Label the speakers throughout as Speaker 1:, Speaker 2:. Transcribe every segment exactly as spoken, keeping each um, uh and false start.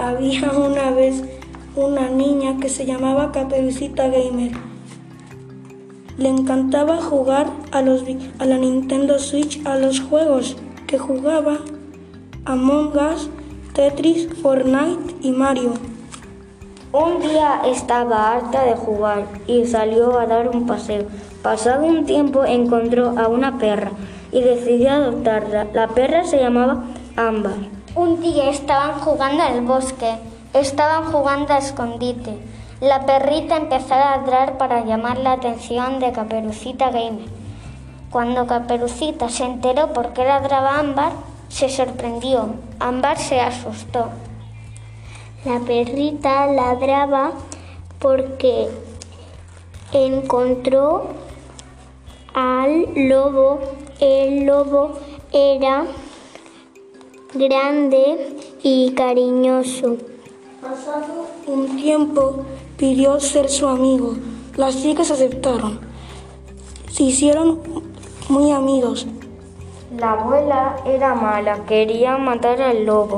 Speaker 1: Había una vez una niña que se llamaba Caperucita Gamer. Le encantaba jugar a, los, a la Nintendo Switch a los juegos que jugaba Among Us, Tetris, Fortnite y Mario.
Speaker 2: Un día estaba harta de jugar y salió a dar un paseo. Pasado un tiempo encontró a una perra y decidió adoptarla. La perra se llamaba Ámbar.
Speaker 3: Un día estaban jugando en el bosque, estaban jugando a escondite. La perrita empezó a ladrar para llamar la atención de Caperucita Gamer. Cuando Caperucita se enteró por qué ladraba Ámbar, se sorprendió. Ámbar se asustó.
Speaker 4: La perrita ladraba porque encontró al lobo. El lobo era grande y cariñoso.
Speaker 1: Pasado un tiempo, pidió ser su amigo. Las chicas aceptaron. Se hicieron muy amigos.
Speaker 2: La abuela era mala, quería matar al lobo.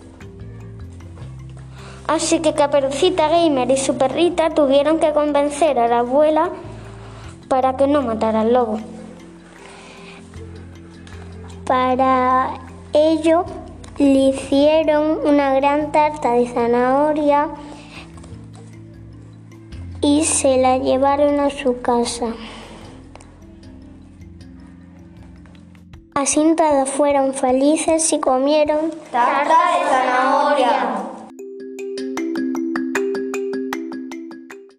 Speaker 3: Así que Caperucita Gamer y su perrita tuvieron que convencer a la abuela para que no matara al lobo.
Speaker 4: Para ello le hicieron una gran tarta de zanahoria y se la llevaron a su casa. Así todos fueron felices y comieron
Speaker 2: tarta de zanahoria.